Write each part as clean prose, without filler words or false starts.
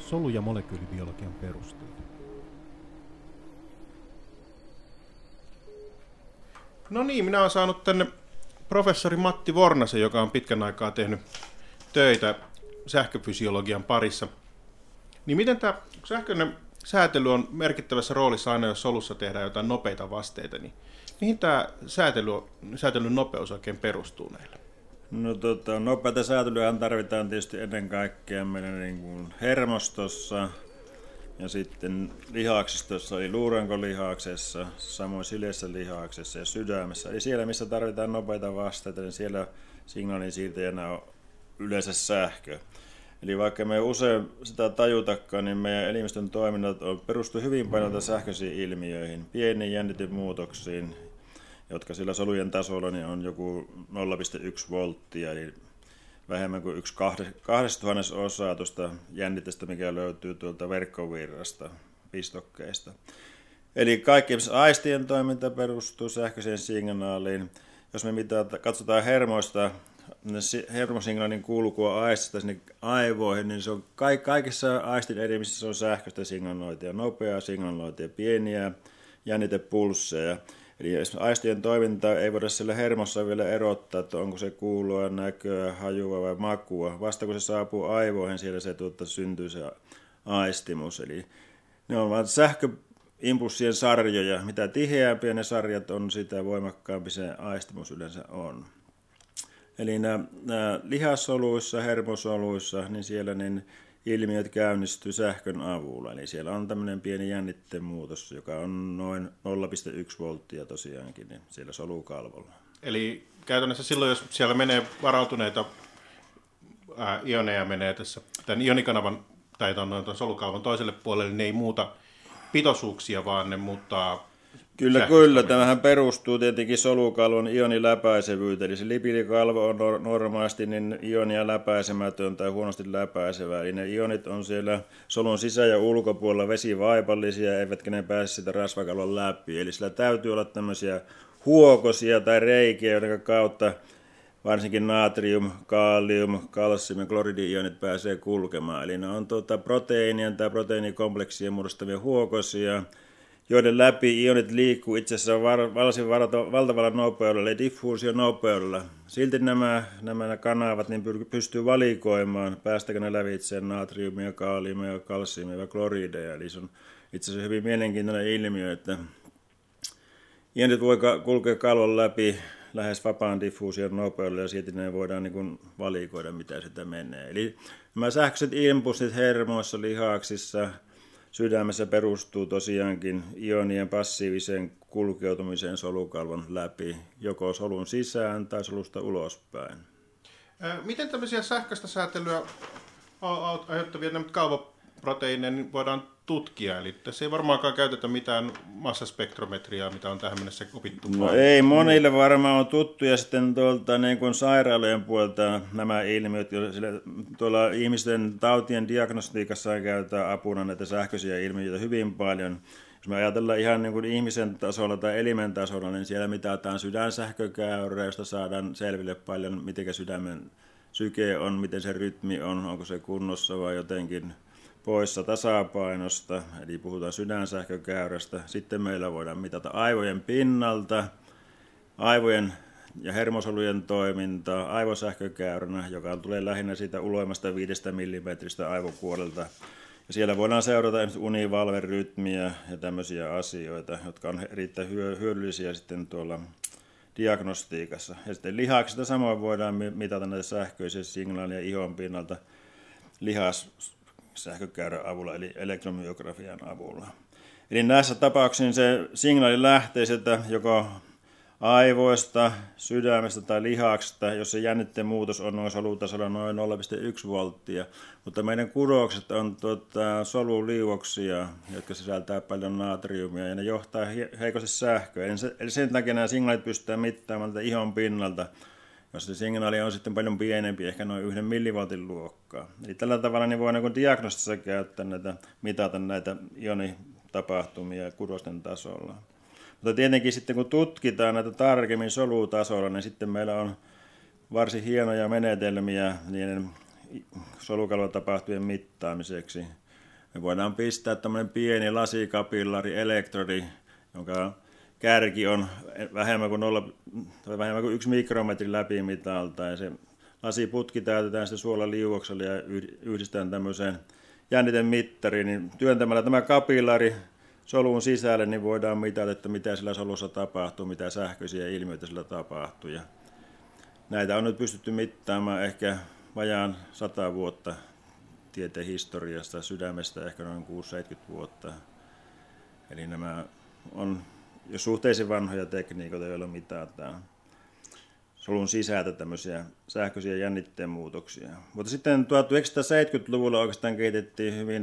solu- ja molekyylibiologian perusteita. No niin, minä olen saanut tänne professori Matti Vornasen, joka on pitkän aikaa tehnyt töitä sähköfysiologian parissa. Niin miten tämä sähköinen säätely on merkittävässä roolissa aina, jos solussa tehdään jotain nopeita vasteita, niin mihin tämä säätelyn nopeus oikein perustuu näillä? No nopeata säätelyä tarvitaan tietysti ennen kaikkea meidän niin kuin hermostossa ja sitten lihaksistossa, eli luurankolihaksessa, samoin sileässä lihaksessa ja sydämessä. Eli siellä, missä tarvitaan nopeita vasteita, niin siellä signaalin siirtäjänä on yleensä sähkö. Eli vaikka me ei usein sitä tajutakaan, niin meidän elimistön toiminnat perustuu hyvin paljon sähköisiin ilmiöihin, pieniin jännitemuutoksiin, jotka sillä solujen tasolla niin on joku 0,1 volttia, eli vähemmän kuin 1/2000 osaa tuosta jännitteestä, mikä löytyy tuolta verkkovirrasta, pistokkeista. Eli kaikki aistien toiminta perustuu sähköiseen signaaliin. Jos me katsotaan hermoista, hermosignaalin kulkua aistista sinne aivoihin, niin se on kaikissa aistin elimisissä on sähköistä signalointia, nopeaa signalointia, pieniä jännitepulsseja. Eli aistien toimintaa ei voida sillä hermossa vielä erottaa, että onko se kuulua, näköä, hajua vai makua. Vasta kun se saapuu aivoihin, siellä se syntyy se aistimus. Eli ne on vain sähköimpulssien sarjoja. Mitä tiheämpiä ne sarjat on, sitä voimakkaampi se aistimus yleensä on. Eli nämä lihassoluissa, hermosoluissa, niin siellä niin ilmiöt käynnistyy sähkön avulla. Eli siellä on tämmöinen pieni jännitteen muutos, joka on noin 0,1 volttia tosiaankin niin siellä solukalvolla. Eli käytännössä silloin, jos siellä menee varautuneita ioneja menee tässä tämän ionikanavan tai tuon solukalvon toiselle puolelle, niin ne ei muuta pitoisuuksia, vaan ne muuttaa Kyllä. Tämähän perustuu tietenkin solukalvon ioniläpäisevyyteen. Eli se lipidikalvo on normaalisti niin ionia läpäisemätön tai huonosti läpäisevä. Eli ne ionit on siellä solun sisä- ja ulkopuolella vesivaipallisia, eivätkä ne pääse sitä rasvakalvon läpi. Eli sillä täytyy olla tämmöisiä huokosia tai reikiä, joiden kautta varsinkin natrium, kaalium, kalsium ja kloridi-ionit pääsee kulkemaan. Eli ne on proteiinien tai proteiinikompleksien muodostamia huokosia, joiden läpi ionit liikkuu itse asiassa varsin valtavalla nopeudella, eli diffuusionopeudella. Silti nämä kanavat niin pystyy valikoimaan, päästäkö ne lävitse natriumia, kaaliumia, kalsiumia ja klorideja. Eli se on itse asiassa hyvin mielenkiintoinen ilmiö, että ionit voi kulkea kalvon läpi lähes vapaan diffuusion nopeudella ja silti ne voidaan niin kuin valikoida, mitä sitä menee. Eli nämä sähköiset impulssit hermoissa, lihaksissa, sydämessä perustuu tosiaankin ionien passiiviseen kulkeutumiseen solukalvon läpi, joko solun sisään tai solusta ulospäin. Miten tämmöisiä sähköistä säätelyä aiheuttavia kalvoproteiineja niin voidaan tutkia? Eli tässä ei varmaankaan käytetä mitään massaspektrometriaa, mitä on tähän mennessä opittu. No ei, monille varmaan on tuttuja sitten tuolta niin kuin sairaalojen puolta nämä ilmiöt. Tuolla ihmisten tautien diagnostiikassa käytetään apuna näitä sähköisiä ilmiöitä hyvin paljon. Jos me ajatellaan ihan niin kuin ihmisen tasolla tai elimen tasolla, niin siellä mitataan sydänsähkökäyrä, josta saadaan selville paljon, miten sydämen syke on, miten se rytmi on, onko se kunnossa vai jotenkin poissa tasapainosta, eli puhutaan sydänsähkökäyrästä. Sitten meillä voidaan mitata aivojen pinnalta, aivojen ja hermosolujen toimintaa aivosähkökäyränä, joka tulee lähinnä siitä uloimasta 5 millimetristä aivokuorelta. Ja siellä voidaan seurata univalverytmiä ja tämmöisiä asioita, jotka on erittäin hyödyllisiä sitten tuolla diagnostiikassa. Ja sitten lihaksista samoin voidaan mitata näitä sähköisiä signaaleja ihon pinnalta lihassähkökäyrän avulla, eli elektromyografian avulla. Eli näissä tapauksissa se signaali lähtee sieltä joko aivoista, sydämestä tai lihaksesta, jos se jännitteen muutos on noin solutasolla noin 0,1 volttia. Mutta meidän kudokset on soluliuoksia, jotka sisältää paljon natriumia ja ne johtaa heikosti sähköä. Eli sen takia nämä signaalit pystytään mittaamaan ihon pinnalta, jos se signaali on sitten paljon pienempi, ehkä noin 1 millivoltin luokkaa. Eli tällä tavalla niin voi niin diagnostissa käyttää mitata näitä ionitapahtumia kudosten tasolla. Mutta tietenkin sitten kun tutkitaan näitä tarkemmin solutasolla, niin sitten meillä on varsin hienoja menetelmiä niiden solukalvotapahtumien mittaamiseksi. Me voidaan pistää tämmöinen pieni lasikapillari elektrodi, jonka kärki on vähemmän kuin 1 mikrometri läpimitalta, ja se lasiputki täytetään sitten suolaliuoksella ja yhdistetään tämmöiseen jännitemittariin, niin työntämällä tämä kapillari solun sisälle, niin voidaan mitata, että mitä sillä solussa tapahtuu, mitä sähköisiä ilmiöitä sillä tapahtuu. Ja näitä on nyt pystytty mittaamaan ehkä vajaan 100 vuotta tieteen historiasta, sydämestä ehkä noin 6-70 vuotta. Eli nämä on jo suhteellisen vanhoja tekniikoita, joilla mitataan solun sisältä tämmöisiä sähköisiä jännitteen muutoksia. Mutta sitten 1970-luvulla oikeastaan kehitettiin hyvin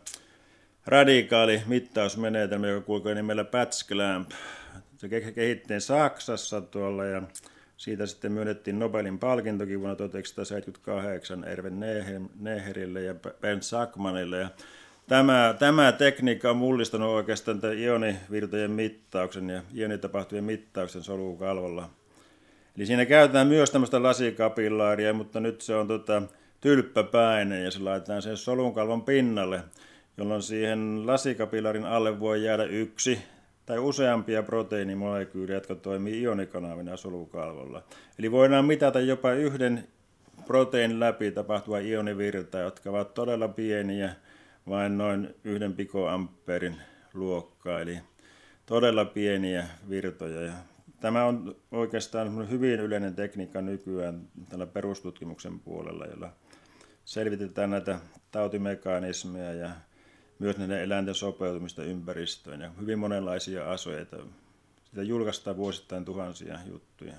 radikaali mittausmenetelmä, joka kulkee nimellä Patch Clamp. Se kehittiin Saksassa tuolla ja siitä sitten myönnettiin Nobelin palkintokin vuonna 1978 Erwin Neherille ja Bernd Sackmannille. Ja tämä tekniikka on mullistanut oikeastaan ionivirtojen mittauksen ja ionitapahtuvien mittauksen solukalvolla. Eli siinä käytetään myös tämmöistä lasikapillaaria, mutta nyt se on tylppäpäinen ja se laitetaan sen solunkalvon pinnalle, jolloin siihen lasikapillarin alle voi jäädä yksi tai useampia proteiinimolekyylejä, jotka toimii ionikanavina solukalvolla. Eli voidaan mitata jopa yhden proteiinin läpi tapahtuva ionivirta, jotka ovat todella pieniä, vain noin 1 pikoampeerin luokkaa, eli todella pieniä virtoja. Ja tämä on oikeastaan hyvin yleinen tekniikka nykyään tällä perustutkimuksen puolella, jolla selvitetään näitä tautimekanismeja ja myös näiden eläinten sopeutumista ympäristöön ja hyvin monenlaisia asioita. Sitä julkaistaan vuosittain tuhansia juttuja.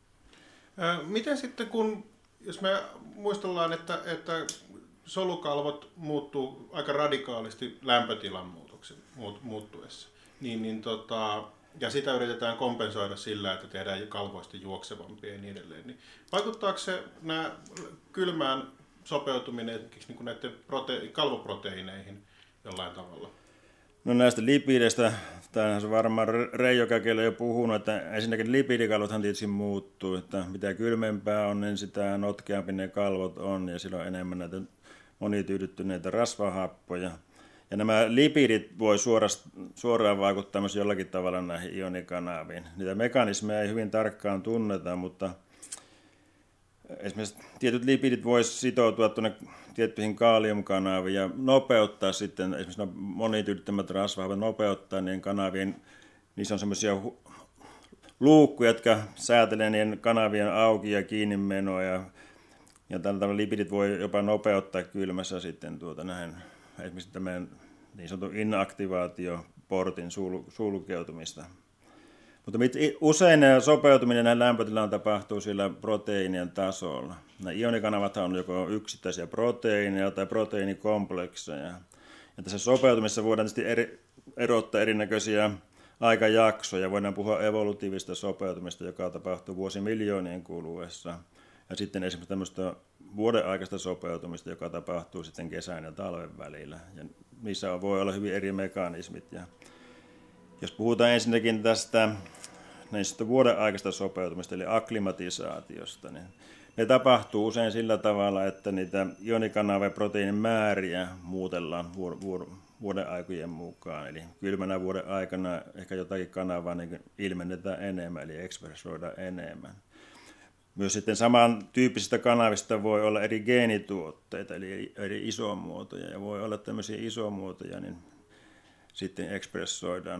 Miten sitten, jos me muistellaan, että solukalvot muuttuu aika radikaalisti lämpötilan muuttuessa, ja sitä yritetään kompensoida sillä, että tehdään kalvoista juoksevampia ja niin edelleen, niin vaikuttaako se nämä kylmään sopeutuminen esimerkiksi niin näiden kalvoproteiineihin jollain tavalla? No näistä lipideistä, tämähän on varmaan Reijo Käkelä jo puhunut, että ensinnäkin lipidikalvothan tietysti muuttuu, että mitä kylmempää on, niin sitä notkeampi ne kalvot on ja silloin enemmän näitä monityydyttyneitä rasvahappoja. Ja nämä lipidit voi suoraan vaikuttaa myös jollakin tavalla näihin ionikanaviin. Niitä mekanismeja ei hyvin tarkkaan tunneta, mutta esimerkiksi tietyt lipidit voisivat sitoutua tuonne tiettyihin kaaliumkanaviin ja nopeuttaa sitten, esimerkiksi monityydyttämät rasvahapot nopeuttaa niiden kanavien, niissä on semmoisia luukkuja, jotka säätelee niiden kanavien auki ja kiinni menoa ja tällä tavalla lipidit voi jopa nopeuttaa kylmässä sitten näin, esimerkiksi tämän niin sanotun inaktivaatioportin sulkeutumista. Mutta usein sopeutuminen näihin lämpötilaan tapahtuu sillä proteiinien tasolla. Nämä ionikanavat on joko yksittäisiä proteiineja tai proteiinikomplekseja. Ja tässä sopeutumisessa voidaan tietysti erottaa erinäköisiä aikajaksoja. Voidaan puhua evolutiivista sopeutumista, joka tapahtuu vuosimiljoonien kuluessa. Ja sitten esimerkiksi tämmöistä vuodenaikaista sopeutumista, joka tapahtuu sitten kesän ja talven välillä. Ja niissä voi olla hyvin eri mekanismit. Ja jos puhutaan ensinnäkin tästä näistä vuodenaikaista sopeutumista, eli akklimatisaatiosta, niin ne tapahtuu usein sillä tavalla, että niitä ionikanavien proteiinin määriä muutellaan vuodenaikojen mukaan. Eli kylmänä vuoden aikana ehkä jotakin kanavaa niin ilmennetään enemmän, eli ekspressoidaan enemmän. Myös sitten samantyyppisistä kanavista voi olla eri geenituotteita, eli eri isomuotoja, ja voi olla tämmöisiä isomuotoja, niin sitten ekspressoidaan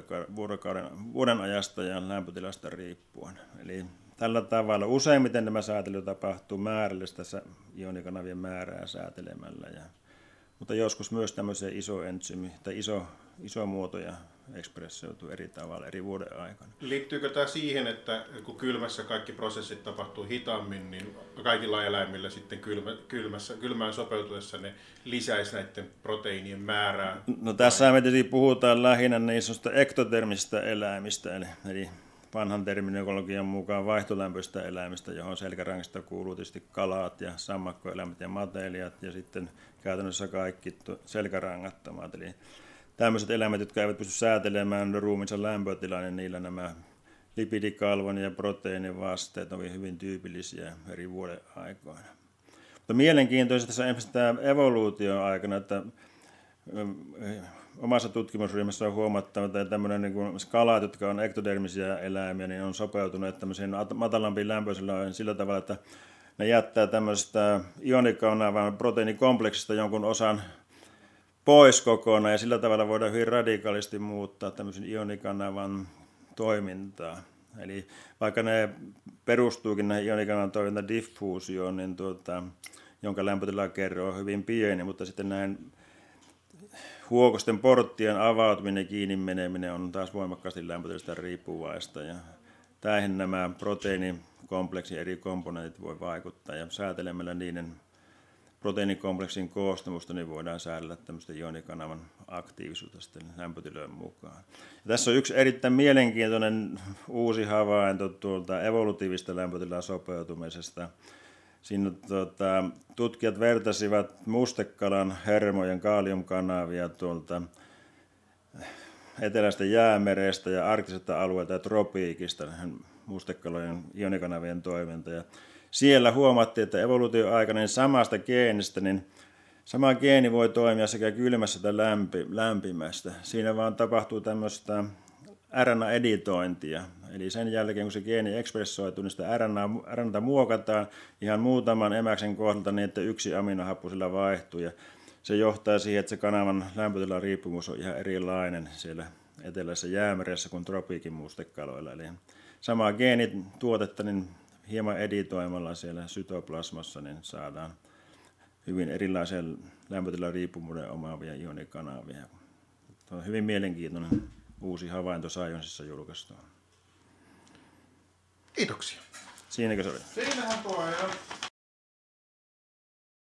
vuoden ajasta ja lämpötilasta riippuen. Eli tällä tavalla useimmiten tämä säätely tapahtuu määrällistä ionikanavien määrää säätelemällä, mutta joskus myös tämmöisiä isomuotoja ekspressoituu eri tavalla eri vuoden aikana. Liittyykö tämä siihen, että kun kylmässä kaikki prosessit tapahtuu hitaammin, niin kaikilla eläimillä sitten kylmään sopeutuessa ne lisäisi näiden proteiinien määrää? No tässä me tietysti puhutaan lähinnä niin sanotusta ektotermisistä eläimistä, eli vanhan terminologian mukaan vaihtolämpöistä eläimistä, johon selkärangasta kuuluu tietysti kalat ja sammakkoeläimet ja matelijat ja sitten käytännössä kaikki selkärangattomat. Eli tämmöiset eläimet, jotka eivät pysty säätelemään ruumiinsa lämpötilaa, niin niillä nämä lipidikalvon ja proteiinivasteet ovat hyvin tyypillisiä eri vuoden aikoina. Mutta mielenkiintoista tässä tämä evoluution aikana, että omassa tutkimusryhmässä on huomattava, että tämmöinen niin kuin kalat, jotka on ektodermisiä eläimiä, niin on sopeutunut tämmöisiin matalampiin lämpöisilöihin sillä tavalla, että ne jättää tämmöisestä ionikanavan proteiinikompleksista jonkun osan pois kokonaan, ja sillä tavalla voidaan hyvin radikaalisti muuttaa tämmöisen ionikanavan toimintaa. Eli vaikka ne perustuukin näihin ionikanavan toimintadiffuusioon, niin jonka lämpötilakerro on hyvin pieni, mutta sitten näin huokosten porttien avautuminen ja kiinni meneminen on taas voimakkaasti lämpötilasta riippuvaista. Ja tähän nämä proteiinikompleksin eri komponentit voi vaikuttaa, ja säätelemällä niiden proteiinikompleksin koostumusta niin voidaan säädellä tämmöistä ionikanavan aktiivisuutta sitten lämpötilojen mukaan. Ja tässä on yksi erittäin mielenkiintoinen uusi havainto tuolta evolutiivista lämpötilan sopeutumisesta. Siinä tutkijat vertasivat mustekalan hermojen kaaliumkanavia tuolta etelästä jäämerestä ja arktisesta alueelta ja tropiikista mustekalojen ionikanavien toiminta. Ja siellä huomattiin, että evoluutioaikana niin samasta geenistä, niin sama geeni voi toimia sekä kylmässä että lämpimästä. Siinä vaan tapahtuu tämmöistä RNA-editointia. Eli sen jälkeen, kun se geeni ekspressoituu, niin sitä RNAta muokataan ihan muutaman emäksen kohdalta niin, että yksi aminohappo sillä vaihtuu. Ja se johtaa siihen, että se kanavan lämpötilan riippuvuus on ihan erilainen siellä eteläisessä jäämeressä kuin tropiikin mustekaloilla. Eli samaa geenituotetta niin hieman editoimalla siellä sytoplasmassa niin saadaan hyvin erilaisia lämpötilan riippuvuuden omaavia ionikanavia. Tämä on hyvin mielenkiintoinen uusi havainto Sciencessa julkaistu. Kiitoksia. Siinäkö se oli? Siinähän tuo.